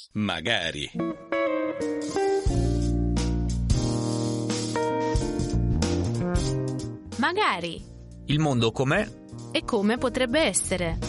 Magari. Magari. Il mondo com'è? E come potrebbe essere.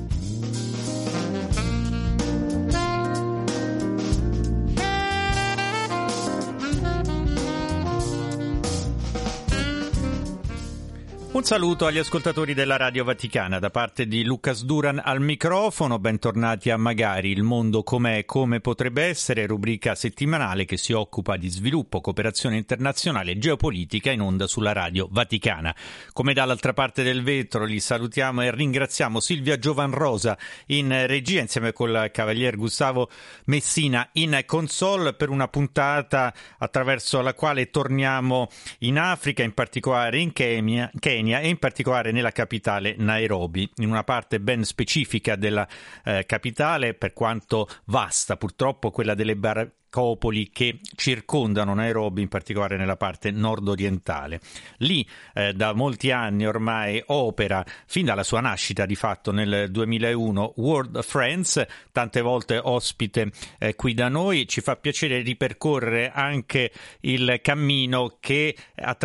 Un saluto agli ascoltatori della Radio Vaticana da parte di Lucas Duran al microfono. Bentornati a Magari, il mondo com'è, come potrebbe essere, rubrica settimanale che si occupa di sviluppo, cooperazione internazionale e geopolitica in onda sulla Radio Vaticana. Come dall'altra parte del vetro li salutiamo e ringraziamo Silvia Giovanrosa in regia insieme col cavalier Gustavo Messina in console per una puntata attraverso la quale torniamo in Africa, in particolare in Kenya e in particolare nella capitale Nairobi, in una parte ben specifica della capitale, per quanto vasta purtroppo, quella delle baraccopoli che circondano Nairobi, in particolare nella parte nord-orientale. Lì da molti anni ormai opera, fin dalla sua nascita di fatto nel 2001, World Friends, tante volte ospite qui da noi. Ci fa piacere ripercorrere anche il cammino che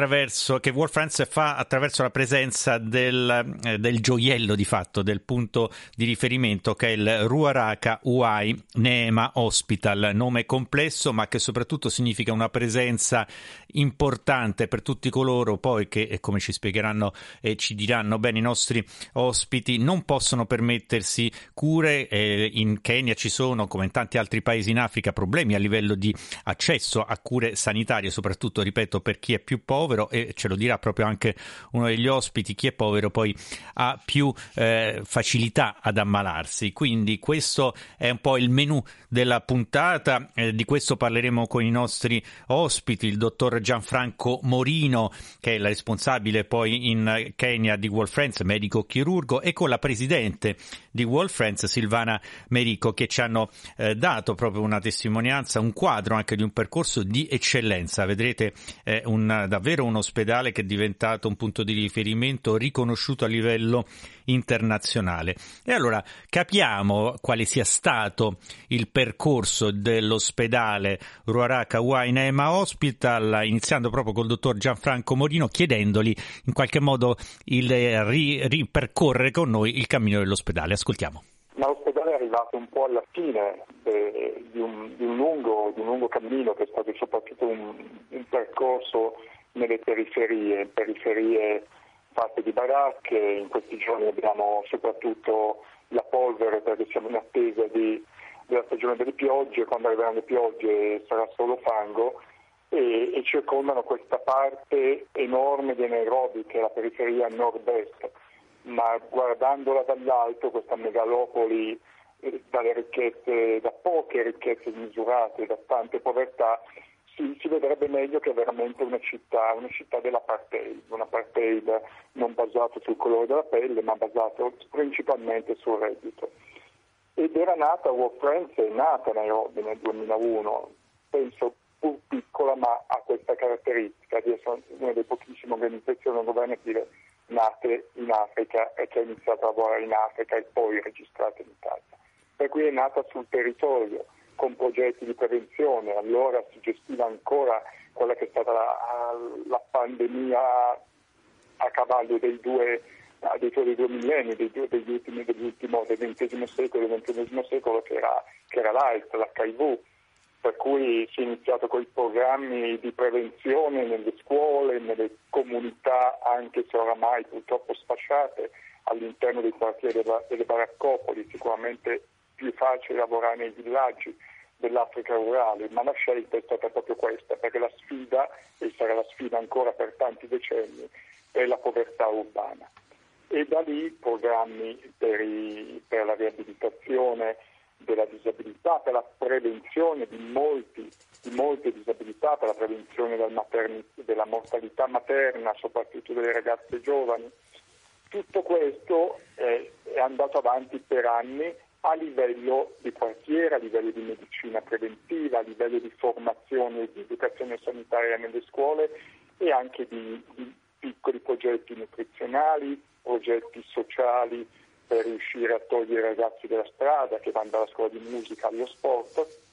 World Friends fa attraverso la presenza del gioiello di fatto, del punto di riferimento che è il Ruaraka Wai Neema Hospital, nome complesso ma che soprattutto significa una presenza importante per tutti coloro poi che, come ci spiegheranno e ci diranno bene i nostri ospiti, non possono permettersi cure. In Kenya ci sono, come in tanti altri paesi in Africa, problemi a livello di accesso a cure sanitarie, soprattutto, ripeto, per chi è più povero, e ce lo dirà proprio anche uno degli ospiti: chi è povero poi ha più facilità ad ammalarsi. Quindi questo è un po' il menù della puntata. Di questo parleremo con i nostri ospiti, il dottor Gianfranco Morino, che è la responsabile poi in Kenya di World Friends, medico chirurgo, e con la presidente di World Friends, Silvana Merico, che ci hanno dato proprio una testimonianza, un quadro anche di un percorso di eccellenza. Vedrete davvero un ospedale che è diventato un punto di riferimento riconosciuto a livello internazionale. E allora capiamo quale sia stato il percorso dell'ospedale Ruaraka Wai Neema Hospital, iniziando proprio col dottor Gianfranco Morino, chiedendogli in qualche modo il ripercorrere con noi il cammino dell'ospedale. Ascoltiamo. Ma l'ospedale è arrivato un po' alla fine di un lungo cammino, che è stato soprattutto un percorso nelle periferie fatte di baracche. In questi giorni abbiamo soprattutto la polvere, perché siamo in attesa della stagione delle piogge. Quando arriveranno le piogge sarà solo fango, e circondano questa parte enorme di Nairobi, che è la periferia nord-est. Ma guardandola dall'alto, questa megalopoli da poche ricchezze misurate, da tante povertà, si vedrebbe meglio che è veramente una città dell'apartheid, un apartheid non basato sul colore della pelle, ma basato principalmente sul reddito. Ed era nata, World Friends è nata a Nairobi nel 2001, penso pur piccola, ma ha questa caratteristica di essere una delle pochissime organizzazioni non governative nate in Africa e che ha iniziato a lavorare in Africa e poi registrata in Italia. Per cui è nata sul territorio, con progetti di prevenzione. Allora si gestiva ancora quella che è stata la pandemia a cavallo dei due millenni, del XX secolo, che era l'AIDS, l'HIV, per cui si è iniziato con i programmi di prevenzione nelle scuole, nelle comunità, anche se oramai purtroppo sfasciate, all'interno dei quartieri delle baraccopoli. Sicuramente più facile lavorare nei villaggi dell'Africa rurale, ma la scelta è stata proprio questa, perché la sfida, e sarà la sfida ancora per tanti decenni, è la povertà urbana. E da lì programmi per la riabilitazione della disabilità, per la prevenzione di molte disabilità, per la prevenzione della mortalità materna, soprattutto delle ragazze giovani. Tutto questo è andato avanti per anni a livello di quartiere, a livello di medicina preventiva, a livello di formazione e di educazione sanitaria nelle scuole, e anche di piccoli progetti nutrizionali, progetti sociali per riuscire a togliere i ragazzi dalla strada, che vanno dalla scuola di musica allo sport,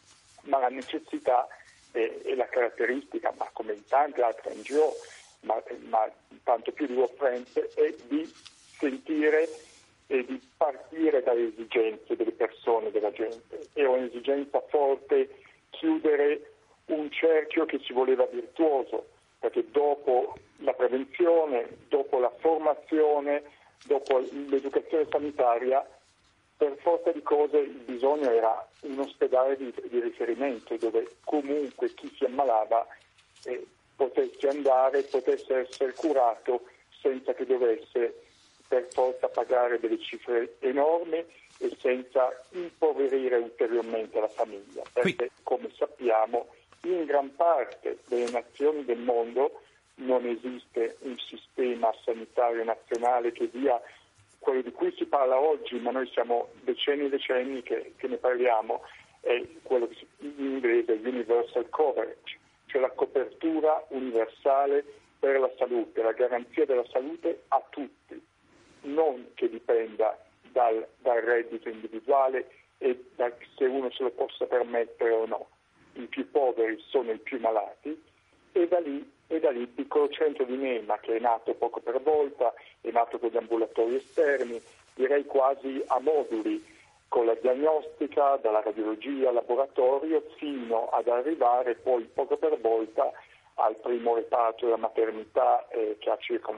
ma la necessità e la caratteristica, ma come in tante altre NGO, ma tanto più di World Friends, è di sentire e di partire dalle esigenze delle persone, della gente. È un'esigenza forte chiudere un cerchio che si voleva virtuoso, perché dopo la prevenzione, dopo la formazione, dopo l'educazione sanitaria, per forza di cose il bisogno era un ospedale di riferimento dove comunque chi si ammalava potesse andare, potesse essere curato senza che dovesse per forza pagare delle cifre enormi e senza impoverire ulteriormente la famiglia, perché come sappiamo in gran parte delle nazioni del mondo non esiste un sistema sanitario nazionale che dia quello di cui si parla oggi, ma noi siamo decenni e decenni che ne parliamo, è quello che in inglese è universal coverage, cioè la copertura universale per la salute, la garanzia della salute a tutti, non che dipenda dal reddito individuale e da se uno se lo possa permettere o no. I più poveri sono i più malati e da lì il piccolo centro di NEMA, che è nato poco per volta, è nato con gli ambulatori esterni, direi quasi a moduli, con la diagnostica, dalla radiologia al laboratorio, fino ad arrivare poi poco per volta al primo reparto della maternità che ha circa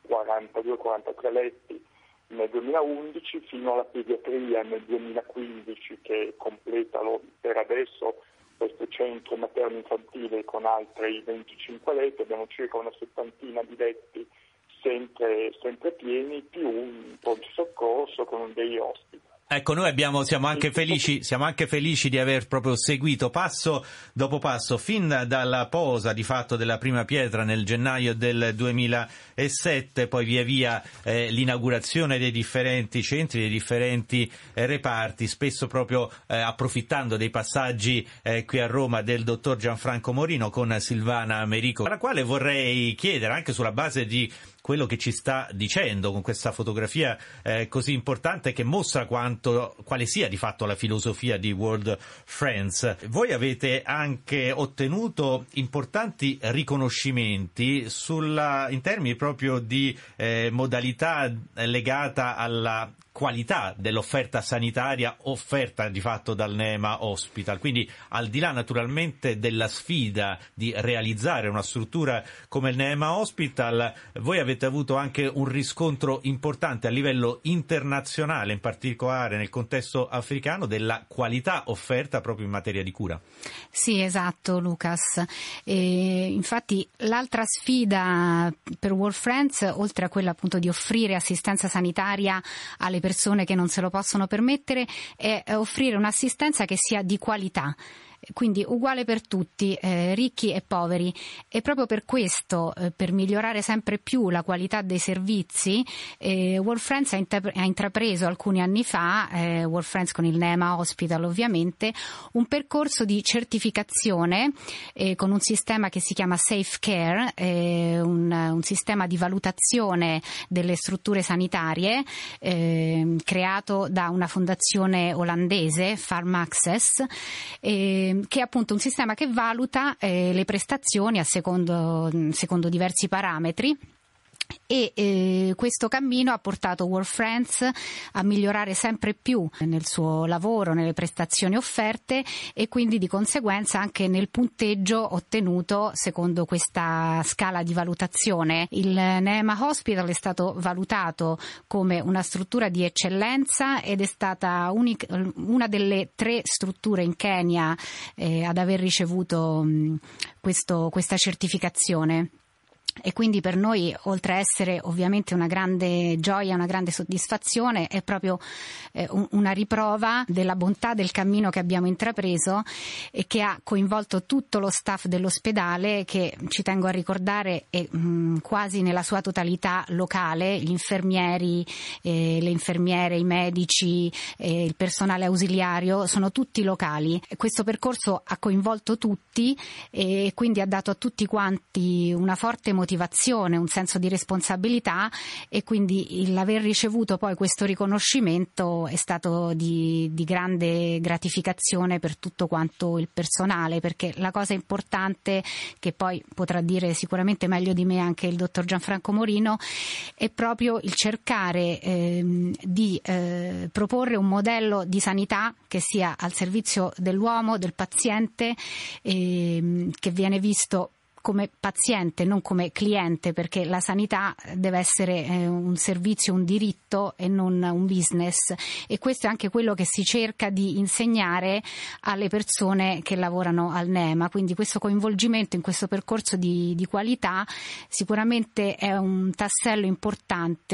42-43 letti nel 2011, fino alla pediatria nel 2015 che completa per adesso questo centro materno-infantile con altri 25 letti, abbiamo circa una 70 di letti sempre pieni, più un pronto soccorso con dei ospiti. Ecco, noi siamo anche felici di aver proprio seguito passo dopo passo, fin dalla posa di fatto della prima pietra nel gennaio del 2007, poi via via l'inaugurazione dei differenti centri, dei differenti reparti, spesso proprio approfittando dei passaggi qui a Roma del dottor Gianfranco Morino con Silvana Americo, alla quale vorrei chiedere, anche sulla base di quello che ci sta dicendo con questa fotografia così importante che mostra quale sia di fatto la filosofia di World Friends. Voi avete anche ottenuto importanti riconoscimenti in termini proprio di modalità legata alla qualità dell'offerta sanitaria offerta di fatto dal NEMA Hospital. Quindi al di là naturalmente della sfida di realizzare una struttura come il NEMA Hospital, voi avete avuto anche un riscontro importante a livello internazionale, in particolare nel contesto africano, della qualità offerta proprio in materia di cura. Sì, esatto, Lucas. Infatti l'altra sfida per World Friends, oltre a quella appunto di offrire assistenza sanitaria alle persone che non se lo possono permettere, è offrire un'assistenza che sia di qualità, quindi uguale per tutti, ricchi e poveri, e proprio per questo, per migliorare sempre più la qualità dei servizi, World Friends ha intrapreso alcuni anni fa, World Friends con il NEMA Hospital ovviamente, un percorso di certificazione con un sistema che si chiama Safe Care, un sistema di valutazione delle strutture sanitarie creato da una fondazione olandese, Farm Access, che è appunto un sistema che valuta le prestazioni secondo diversi parametri. E questo cammino ha portato World Friends a migliorare sempre più nel suo lavoro, nelle prestazioni offerte e quindi di conseguenza anche nel punteggio ottenuto secondo questa scala di valutazione. Il NEMA Hospital è stato valutato come una struttura di eccellenza ed è stata una delle 3 strutture in Kenya ad aver ricevuto questa certificazione. E quindi per noi, oltre a essere ovviamente una grande gioia, una grande soddisfazione, è proprio una riprova della bontà del cammino che abbiamo intrapreso e che ha coinvolto tutto lo staff dell'ospedale, che ci tengo a ricordare è quasi nella sua totalità locale, gli infermieri, le infermiere, i medici, il personale ausiliario sono tutti locali. Questo percorso ha coinvolto tutti e quindi ha dato a tutti quanti una forte motivazione, un senso di responsabilità, e quindi l'aver ricevuto poi questo riconoscimento è stato di grande gratificazione per tutto quanto il personale, perché la cosa importante, che poi potrà dire sicuramente meglio di me anche il dottor Gianfranco Morino, è proprio il cercare di proporre un modello di sanità che sia al servizio dell'uomo, del paziente, che viene visto come paziente, non come cliente, perché la sanità deve essere un servizio, un diritto e non un business, e questo è anche quello che si cerca di insegnare alle persone che lavorano al NEMA. Quindi questo coinvolgimento in questo percorso di qualità sicuramente è un tassello importante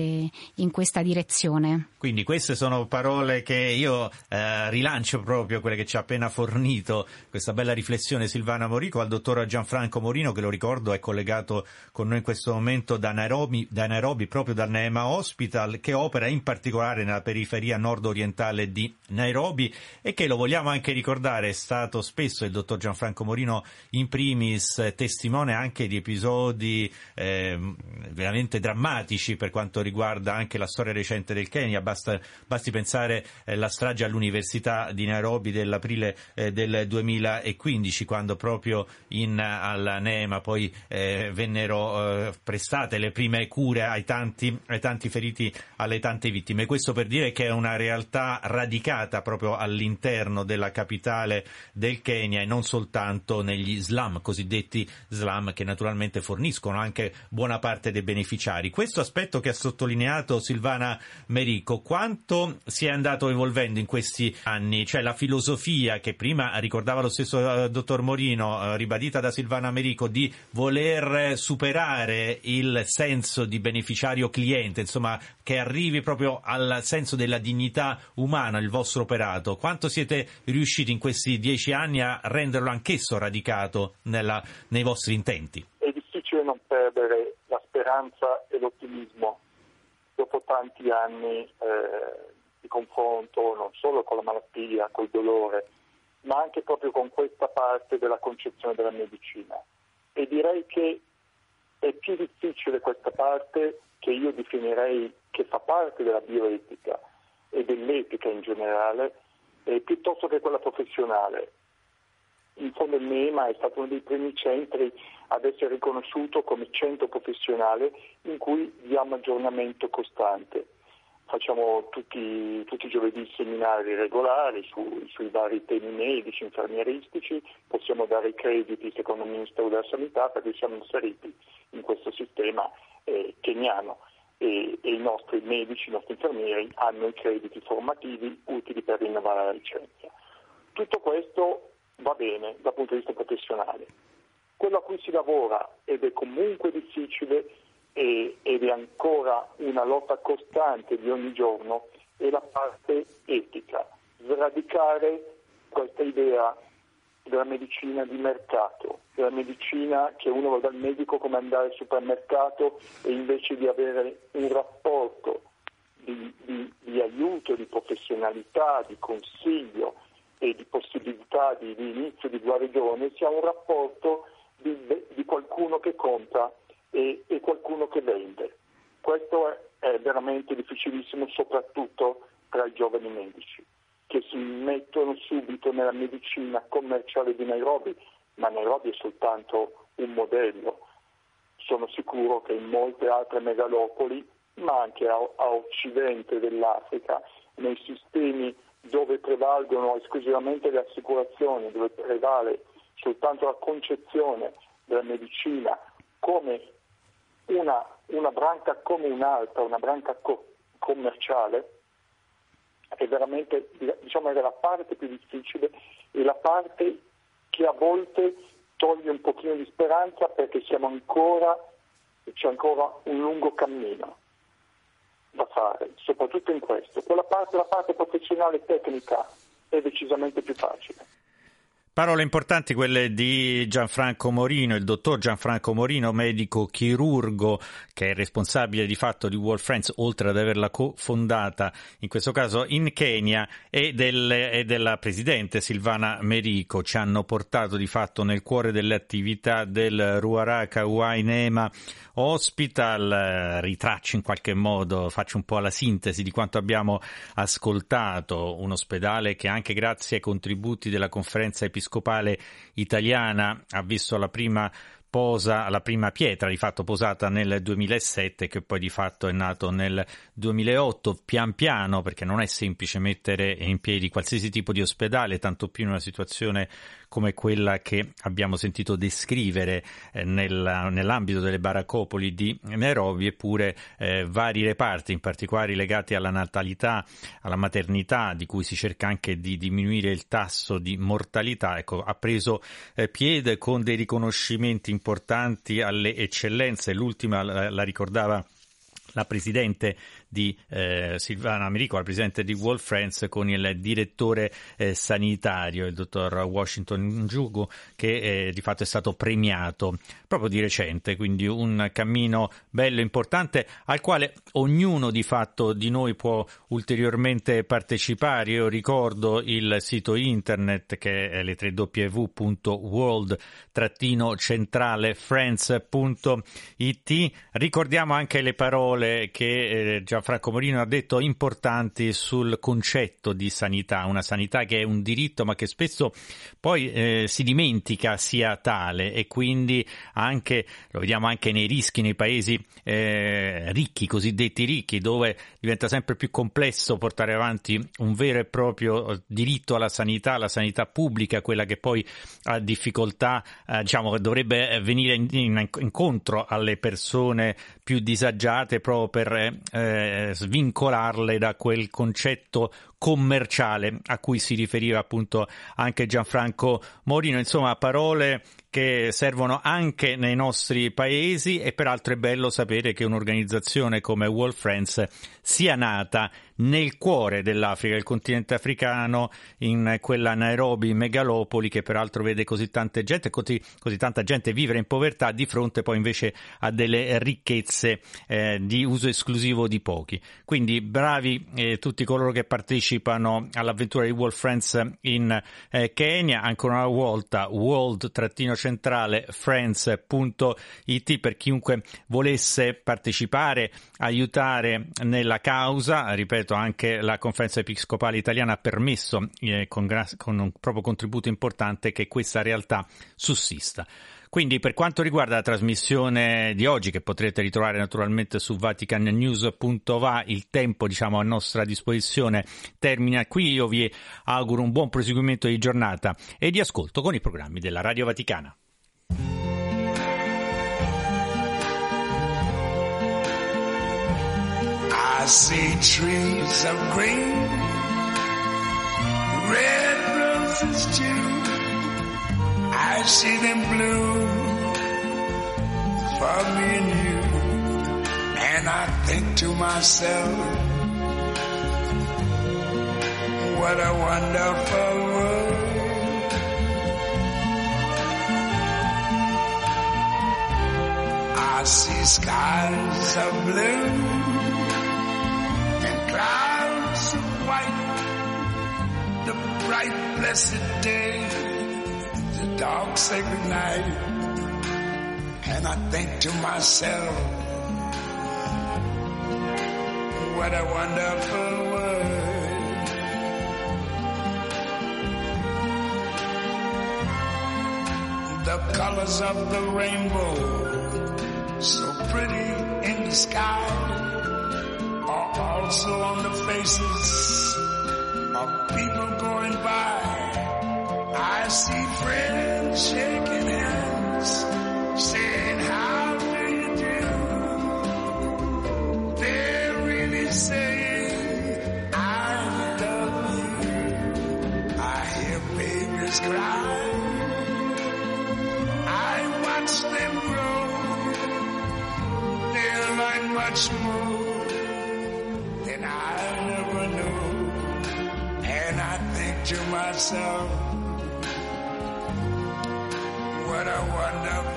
in questa direzione. Quindi queste sono parole che io rilancio, proprio quelle che ci ha appena fornito, questa bella riflessione Silvana Morico, al dottor Gianfranco Morino, che lo ricordo è collegato con noi in questo momento da Nairobi, proprio dal Neema Hospital, che opera in particolare nella periferia nord-orientale di Nairobi, e che, lo vogliamo anche ricordare, è stato spesso il dottor Gianfranco Morino in primis testimone anche di episodi veramente drammatici per quanto riguarda anche la storia recente del Kenya. Basti pensare la strage all'Università di Nairobi dell'aprile del 2015, quando proprio alla NEMA poi vennero prestate le prime cure ai tanti feriti, alle tante vittime. Questo per dire che è una realtà radicata proprio all'interno della capitale del Kenya, e non soltanto negli slum, cosiddetti slum, che naturalmente forniscono anche buona parte dei beneficiari. Questo aspetto che ha sottolineato Silvana Merico, quanto si è andato evolvendo in questi anni? Cioè la filosofia che prima ricordava lo stesso dottor Morino, ribadita da Silvana Merico, di voler superare il senso di beneficiario cliente, insomma che arrivi proprio al senso della dignità umana il vostro operato. Quanto siete riusciti in questi 10 anni a renderlo anch'esso radicato nei vostri intenti? È difficile non perdere la speranza e l'ottimismo dopo tanti anni di confronto non solo con la malattia, col dolore, ma anche proprio con questa parte della concezione della medicina. E direi che è più difficile questa parte, che io definirei che fa parte della bioetica e dell'etica in generale, piuttosto che quella professionale. In fondo il NEMA è stato uno dei primi centri ad essere riconosciuto come centro professionale in cui diamo aggiornamento costante. Facciamo tutti i giovedì seminari regolari sui vari temi medici, infermieristici, possiamo dare i crediti secondo il Ministero della Sanità perché siamo inseriti in questo sistema keniano, e i nostri medici, i nostri infermieri hanno i crediti formativi utili per rinnovare la licenza. Tutto questo va bene dal punto di vista professionale. Quello a cui si lavora, ed è comunque difficile ed è ancora una lotta costante di ogni giorno, è la parte etica, sradicare questa idea della medicina di mercato, della medicina che uno va dal medico come andare al supermercato, e invece di avere un rapporto di aiuto, di professionalità, di consiglio e di possibilità di inizio di guarigione, sia un rapporto di qualcuno che compra e qualcuno che vende. Questo è veramente difficilissimo, soprattutto tra i giovani medici, che si mettono subito nella medicina commerciale di Nairobi, ma Nairobi è soltanto un modello. Sono sicuro che in molte altre megalopoli, ma anche a occidente dell'Africa, nei sistemi dove prevalgono esclusivamente le assicurazioni, dove prevale soltanto la concezione della medicina come una branca come un'altra, una branca commerciale, è veramente, diciamo, è la parte più difficile e la parte che a volte toglie un pochino di speranza, perché c'è ancora un lungo cammino da fare, soprattutto in questo. La parte professionale e tecnica è decisamente più facile. Parole importanti quelle di Gianfranco Morino, il dottor Gianfranco Morino, medico chirurgo che è responsabile di fatto di World Friends, oltre ad averla cofondata in questo caso in Kenya, e della presidente Silvana Merico. Ci hanno portato di fatto nel cuore delle attività del Ruaraka Wainema Hospital. Ritraccio in qualche modo, faccio un po' la sintesi di quanto abbiamo ascoltato. Un ospedale che anche grazie ai contributi della Conferenza Episcopale Italiana ha visto la prima pietra di fatto posata nel 2007, che poi di fatto è nato nel 2008, pian piano, perché non è semplice mettere in piedi qualsiasi tipo di ospedale, tanto più in una situazione come quella che abbiamo sentito descrivere nell'ambito delle baraccopoli di Nairobi. Eppure vari reparti, in particolare legati alla natalità, alla maternità, di cui si cerca anche di diminuire il tasso di mortalità, ha preso piede con dei riconoscimenti importanti alle eccellenze. L'ultima la ricordava la presidente di Silvana Merico, la presidente di World Friends, con il direttore sanitario, il dottor Washington Njugu, che di fatto è stato premiato proprio di recente. Quindi un cammino bello, importante, al quale ognuno di fatto di noi può ulteriormente partecipare. Io ricordo il sito internet, che è le www.world-centralefriends.it. Ricordiamo anche le parole che Gianfranco Morino ha detto, importanti sul concetto di sanità, una sanità che è un diritto ma che spesso poi si dimentica sia tale, e quindi anche, lo vediamo anche nei rischi nei paesi ricchi, cosiddetti ricchi, dove diventa sempre più complesso portare avanti un vero e proprio diritto alla sanità pubblica, quella che poi ha difficoltà, dovrebbe venire incontro alle persone più disagiate, proprio per svincolarle da quel concetto commerciale a cui si riferiva appunto anche Gianfranco Morino. Insomma, parole che servono anche nei nostri paesi, e peraltro è bello sapere che un'organizzazione come World Friends sia nata nel cuore dell'Africa, il continente africano, in quella Nairobi megalopoli, che peraltro vede così tanta gente vivere in povertà, di fronte poi invece a delle ricchezze di uso esclusivo di pochi. Quindi bravi tutti coloro che partecipano all'avventura di World Friends in Kenya. Ancora una volta world-friends.it per chiunque volesse partecipare, aiutare nella causa. Ripeto, anche la Conferenza Episcopale Italiana ha permesso con un proprio contributo importante che questa realtà sussista. Quindi, per quanto riguarda la trasmissione di oggi, che potrete ritrovare naturalmente su vaticannews.va, il tempo a nostra disposizione termina qui. Io vi auguro un buon proseguimento di giornata e di ascolto con i programmi della Radio Vaticana. I see trees of green, red roses too. I see them blue for me and you. And I think to myself, what a wonderful world. I see skies of blue, clouds of white, the bright blessed day, the dark sacred night. And I think to myself, what a wonderful world. The colors of the rainbow, so pretty in the sky, are also on the faces of people going by. I see friends shaking hands, saying, how do you do? They're really saying, I love you. I hear babies cry, I watch them grow. They'll learn much more than I ever knew. And I think to myself, wonder